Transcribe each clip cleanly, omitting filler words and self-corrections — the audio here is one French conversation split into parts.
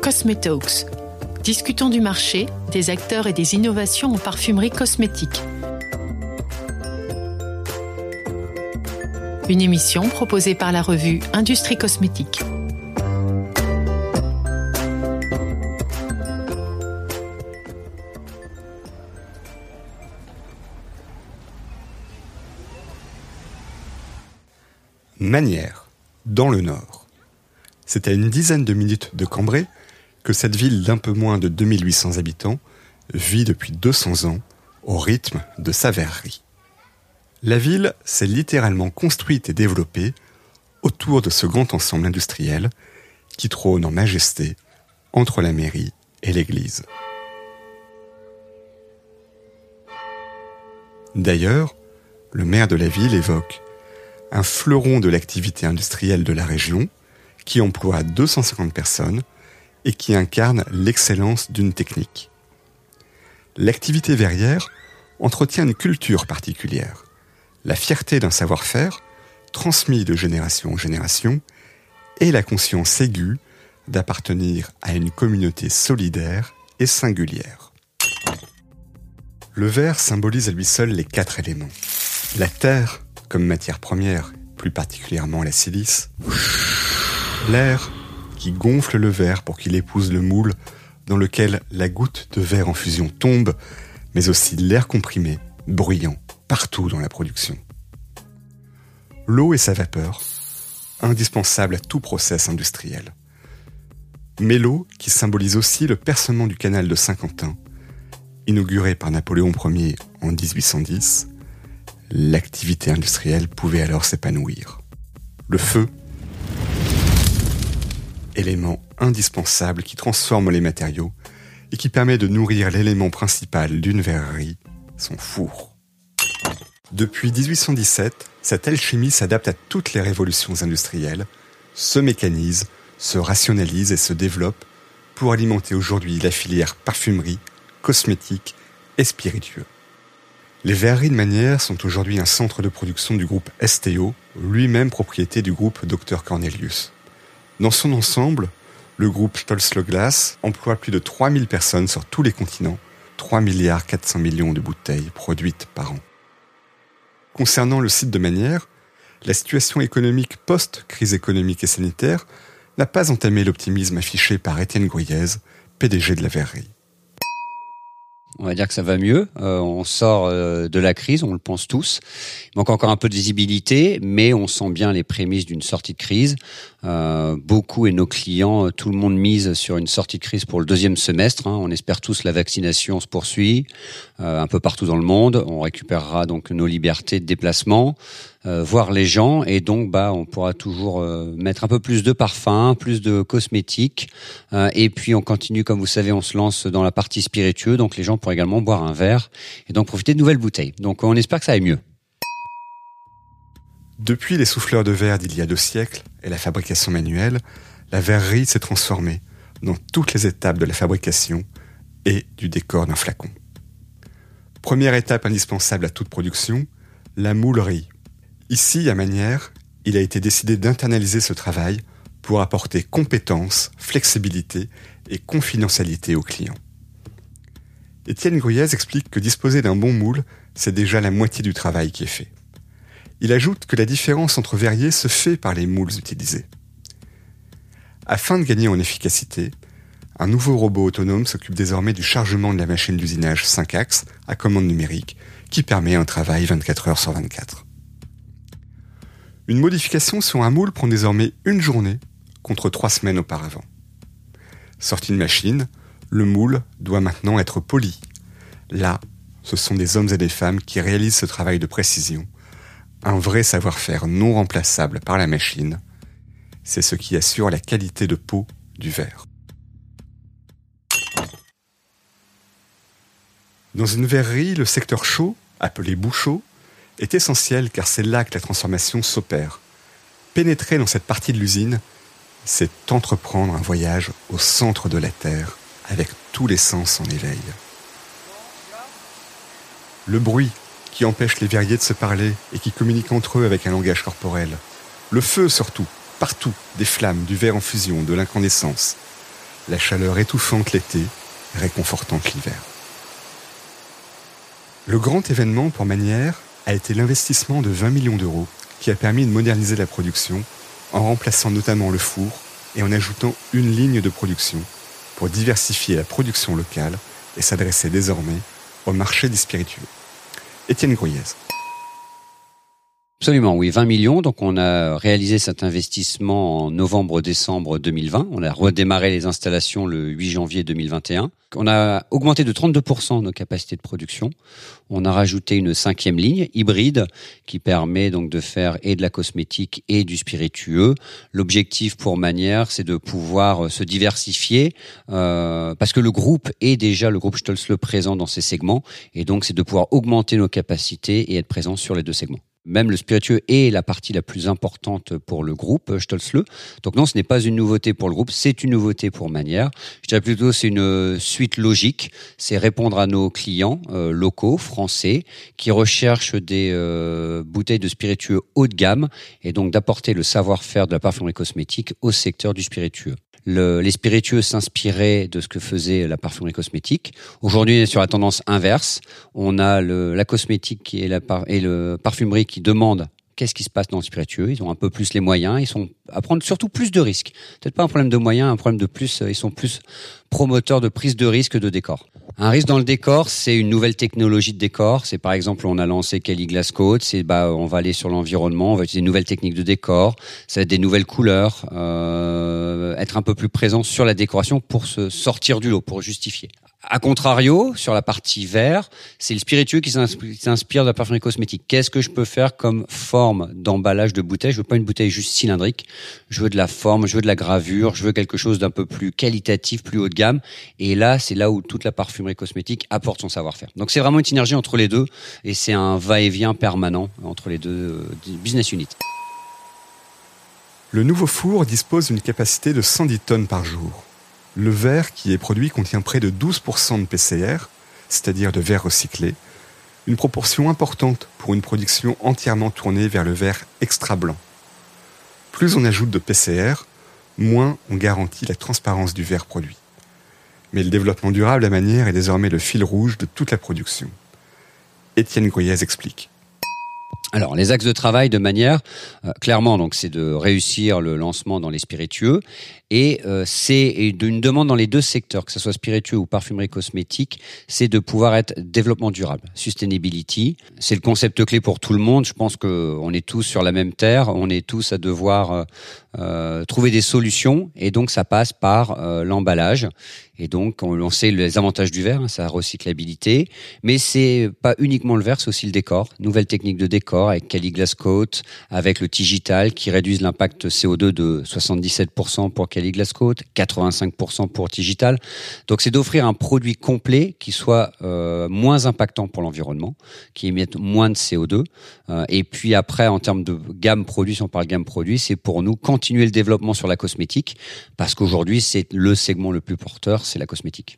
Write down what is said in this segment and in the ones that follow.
Cosmetalks. Discutons du marché, des acteurs et des innovations en parfumerie cosmétique. Une émission proposée par la revue Industrie Cosmétique. Manières, dans le Nord. C'est à une dizaine de minutes de Cambrai que cette ville d'un peu moins de 2800 habitants vit depuis 200 ans au rythme de sa verrerie. La ville s'est littéralement construite et développée autour de ce grand ensemble industriel qui trône en majesté entre la mairie et l'église. D'ailleurs, le maire de la ville évoque un fleuron de l'activité industrielle de la région qui emploie 250 personnes et qui incarne l'excellence d'une technique. L'activité verrière entretient une culture particulière, la fierté d'un savoir-faire transmis de génération en génération et la conscience aiguë d'appartenir à une communauté solidaire et singulière. Le verre symbolise à lui seul les 4 éléments. La terre, comme matière première, plus particulièrement la silice. L'air, qui gonfle le verre pour qu'il épouse le moule dans lequel la goutte de verre en fusion tombe, mais aussi l'air comprimé, bruyant, partout dans la production. L'eau et sa vapeur, indispensables à tout process industriel. Mais l'eau qui symbolise aussi le percement du canal de Saint-Quentin, inauguré par Napoléon Ier en 1810, l'activité industrielle pouvait alors s'épanouir. Le feu, élément indispensable qui transforme les matériaux et qui permet de nourrir l'élément principal d'une verrerie, son four. Depuis 1817, cette alchimie s'adapte à toutes les révolutions industrielles, se mécanise, se rationalise et se développe pour alimenter aujourd'hui la filière parfumerie, cosmétique et spiritueux. Les verreries de Manières sont aujourd'hui un centre de production du groupe STO, lui-même propriété du groupe Dr Cornelius. Dans son ensemble, le groupe Stolz-le-Glas emploie plus de 3000 personnes sur tous les continents, 3,4 milliards de bouteilles produites par an. Concernant le site de Manières, la situation économique post-crise économique et sanitaire n'a pas entamé l'optimisme affiché par Étienne Gouillez, PDG de la verrerie. On va dire que ça va mieux. On sort de la crise, on le pense tous. Il manque encore un peu de visibilité, mais on sent bien les prémices d'une sortie de crise. Beaucoup et nos clients, tout le monde mise sur une sortie de crise pour le 2e semestre. On espère tous la vaccination se poursuit un peu partout dans le monde. On récupérera donc nos libertés de déplacement, voir les gens, et donc on pourra toujours mettre un peu plus de parfum, plus de cosmétiques, et puis on continue, comme vous savez, on se lance dans la partie spiritueux, donc les gens pourront également boire un verre et donc profiter de nouvelles bouteilles. Donc on espère que ça aille mieux. Depuis les souffleurs de verre d'il y a 2 siècles et la fabrication manuelle, la verrerie s'est transformée dans toutes les étapes de la fabrication et du décor d'un flacon. Première étape indispensable à toute production, la moulerie. Ici, à Manières, il a été décidé d'internaliser ce travail pour apporter compétence, flexibilité et confidentialité aux clients. Étienne Gouillez explique que disposer d'un bon moule, c'est déjà la moitié du travail qui est fait. Il ajoute que la différence entre verriers se fait par les moules utilisés. Afin de gagner en efficacité, un nouveau robot autonome s'occupe désormais du chargement de la machine d'usinage 5 axes à commande numérique qui permet un travail 24 heures sur 24. Une modification sur un moule prend désormais 1 journée contre 3 semaines auparavant. Sorti de machine, le moule doit maintenant être poli. Là, ce sont des hommes et des femmes qui réalisent ce travail de précision. Un vrai savoir-faire non remplaçable par la machine. C'est ce qui assure la qualité de peau du verre. Dans une verrerie, le secteur chaud, appelé bouchot, est essentiel car c'est là que la transformation s'opère. Pénétrer dans cette partie de l'usine, c'est entreprendre un voyage au centre de la Terre, avec tous les sens en éveil. Le bruit qui empêche les verriers de se parler et qui communiquent entre eux avec un langage corporel. Le feu surtout, partout, des flammes, du verre en fusion, de l'incandescence. la chaleur étouffante l'été, réconfortante l'hiver. Le grand événement pour Manière a été l'investissement de 20 millions d'euros qui a permis de moderniser la production en remplaçant notamment le four et en ajoutant une ligne de production pour diversifier la production locale et s'adresser désormais au marché des spiritueux. Étienne Grouillez. Absolument, oui, 20 millions. Donc, on a réalisé cet investissement en novembre-décembre 2020. On a redémarré les installations le 8 janvier 2021. On a augmenté de 32% nos capacités de production. On a rajouté une 5e ligne hybride qui permet donc de faire et de la cosmétique et du spiritueux. L'objectif pour Manière, c'est de pouvoir se diversifier parce que le groupe Stolzle présent dans ces segments et donc c'est de pouvoir augmenter nos capacités et être présent sur les deux segments. Même le spiritueux est la partie la plus importante pour le groupe Stolzle. Donc non, ce n'est pas une nouveauté pour le groupe, c'est une nouveauté pour Manière. Je dirais plutôt c'est une suite logique. C'est répondre à nos clients locaux, français, qui recherchent des bouteilles de spiritueux haut de gamme et donc d'apporter le savoir-faire de la parfumerie cosmétique au secteur du spiritueux. Les spiritueux s'inspiraient de ce que faisait la parfumerie cosmétique. Aujourd'hui, on est sur la tendance inverse. On a la cosmétique et le parfumerie qui demandent qu'est-ce qui se passe dans le spiritueux. Ils ont un peu plus les moyens. Ils sont à prendre surtout plus de risques. Peut-être pas un problème de moyens, un problème de plus. Ils sont plus promoteurs de prise de risque de décor. Un risque dans le décor, c'est une nouvelle technologie de décor. C'est par exemple, on a lancé Cali Glass Coat. On va aller sur l'environnement, on va utiliser de nouvelles techniques de décor. Ça va être des nouvelles couleurs, être un peu plus présent sur la décoration pour se sortir du lot, pour justifier. A contrario, sur la partie vert, c'est le spiritueux qui s'inspire de la parfumerie cosmétique. Qu'est-ce que je peux faire comme forme d'emballage de bouteille ? Je veux pas une bouteille juste cylindrique. Je veux de la forme, je veux de la gravure, je veux quelque chose d'un peu plus qualitatif, plus haut de gamme. Et là, c'est là où toute la parfumerie cosmétique apporte son savoir-faire. Donc c'est vraiment une synergie entre les deux et c'est un va-et-vient permanent entre les deux business units. Le nouveau four dispose d'une capacité de 110 tonnes par jour. Le verre qui est produit contient près de 12% de PCR, c'est-à-dire de verre recyclé, une proportion importante pour une production entièrement tournée vers le verre extra blanc. Plus on ajoute de PCR, moins on garantit la transparence du verre produit. Mais le développement durable à Manière est désormais le fil rouge de toute la production. Étienne Grouillez explique. Alors, les axes de travail de Manière, clairement, donc, c'est de réussir le lancement dans les spiritueux et c'est une demande dans les deux secteurs, que ce soit spiritueux ou parfumerie cosmétique, c'est de pouvoir être développement durable, sustainability. C'est le concept clé pour tout le monde. Je pense que on est tous sur la même terre, on est tous à devoir trouver des solutions et donc ça passe par l'emballage. Et donc, on sait les avantages du verre, sa recyclabilité, mais c'est pas uniquement le verre, c'est aussi le décor. Nouvelle technique de décor avec Cali Glass Coat, avec le Digital qui réduisent l'impact CO2 de 77% pour Cali Glass Coat, 85% pour Digital. Donc, c'est d'offrir un produit complet qui soit moins impactant pour l'environnement, qui émette moins de CO2. Et puis après, en termes de gamme produit, si on parle gamme produit, c'est pour nous continuer le développement sur la cosmétique, parce qu'aujourd'hui, c'est le segment le plus porteur. C'est la cosmétique.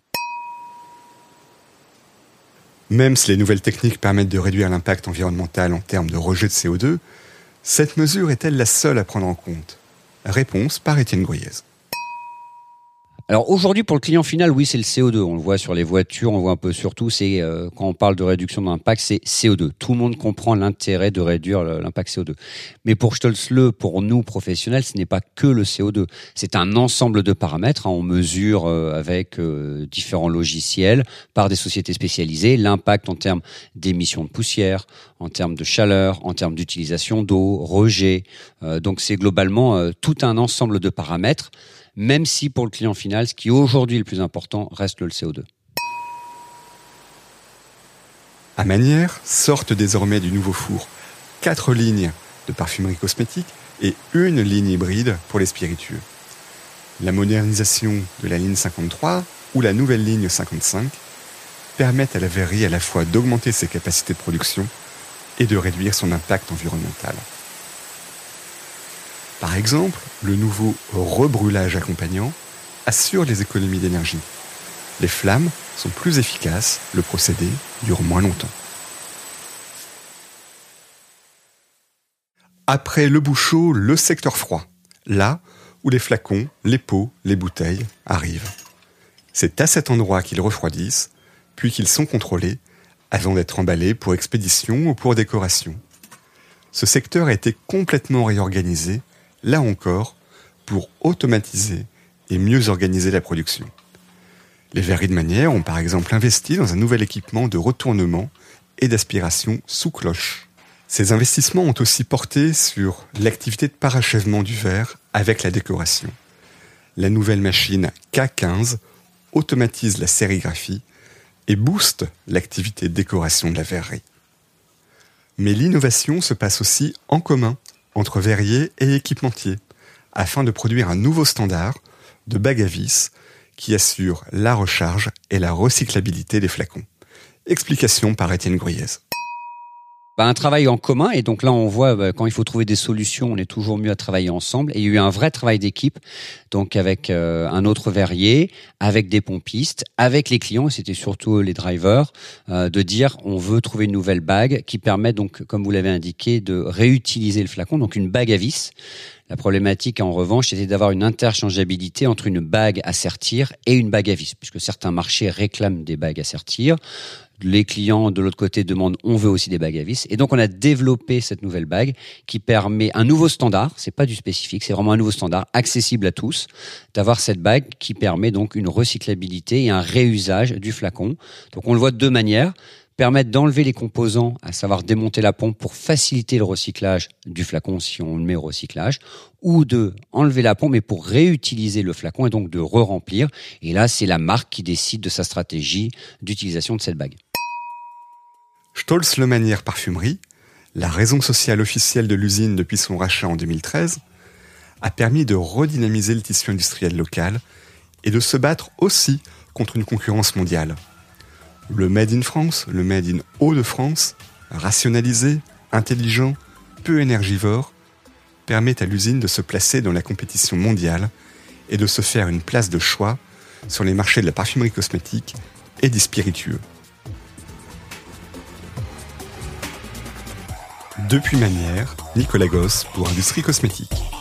Même si les nouvelles techniques permettent de réduire l'impact environnemental en termes de rejet de CO2, cette mesure est-elle la seule à prendre en compte ? Réponse par Étienne Grouillez. Alors aujourd'hui, pour le client final, oui, c'est le CO2. On le voit sur les voitures, on voit un peu surtout, c'est quand on parle de réduction d'impact, c'est CO2. Tout le monde comprend l'intérêt de réduire l'impact CO2. Mais pour Stolzle, pour nous professionnels, ce n'est pas que le CO2. C'est un ensemble de paramètres. On mesure avec différents logiciels par des sociétés spécialisées l'impact en termes d'émissions de poussière, en termes de chaleur, en termes d'utilisation d'eau, rejet. Donc c'est globalement tout un ensemble de paramètres. Même si pour le client final, ce qui est aujourd'hui le plus important reste le CO2. À Manière, sortent désormais du nouveau four 4 lignes de parfumerie cosmétique et une ligne hybride pour les spiritueux. La modernisation de la ligne 53 ou la nouvelle ligne 55 permettent à la verrerie à la fois d'augmenter ses capacités de production et de réduire son impact environnemental. Par exemple, le nouveau rebrûlage accompagnant assure les économies d'énergie. Les flammes sont plus efficaces, le procédé dure moins longtemps. Après le bout chaud, le secteur froid. Là où les flacons, les pots, les bouteilles arrivent. C'est à cet endroit qu'ils refroidissent, puis qu'ils sont contrôlés avant d'être emballés pour expédition ou pour décoration. Ce secteur a été complètement réorganisé, là encore, pour automatiser et mieux organiser la production. Les verreries de Manières ont par exemple investi dans un nouvel équipement de retournement et d'aspiration sous cloche. Ces investissements ont aussi porté sur l'activité de parachèvement du verre avec la décoration. La nouvelle machine K15 automatise la sérigraphie et booste l'activité de décoration de la verrerie. Mais l'innovation se passe aussi en commun entre verriers et équipementiers, afin de produire un nouveau standard de bague à vis qui assure la recharge et la recyclabilité des flacons. Explication par Étienne Gruyez. Un travail en commun, et donc là on voit quand il faut trouver des solutions, on est toujours mieux à travailler ensemble. Et il y a eu un vrai travail d'équipe, donc avec un autre verrier, avec des pompistes, avec les clients, et c'était surtout les drivers, de dire on veut trouver une nouvelle bague qui permet donc, comme vous l'avez indiqué, de réutiliser le flacon, donc une bague à vis. La problématique, en revanche, c'était d'avoir une interchangeabilité entre une bague à sertir et une bague à vis, puisque certains marchés réclament des bagues à sertir. Les clients, de l'autre côté, demandent on veut aussi des bagues à vis. Et donc, on a développé cette nouvelle bague qui permet un nouveau standard. C'est pas du spécifique, c'est vraiment un nouveau standard accessible à tous, d'avoir cette bague qui permet donc une recyclabilité et un réusage du flacon. Donc, on le voit de deux manières. Permettre d'enlever les composants, à savoir démonter la pompe pour faciliter le recyclage du flacon si on le met au recyclage, ou de enlever la pompe mais pour réutiliser le flacon et donc de re-remplir. Et là, c'est la marque qui décide de sa stratégie d'utilisation de cette bague. Stolz Le Manière Parfumerie, la raison sociale officielle de l'usine depuis son rachat en 2013, a permis de redynamiser le tissu industriel local et de se battre aussi contre une concurrence mondiale. Le Made in France, le Made in Hauts-de-France, rationalisé, intelligent, peu énergivore, permet à l'usine de se placer dans la compétition mondiale et de se faire une place de choix sur les marchés de la parfumerie cosmétique et des spiritueux. Depuis Manières, Nicolas Gosse pour Industrie Cosmétique.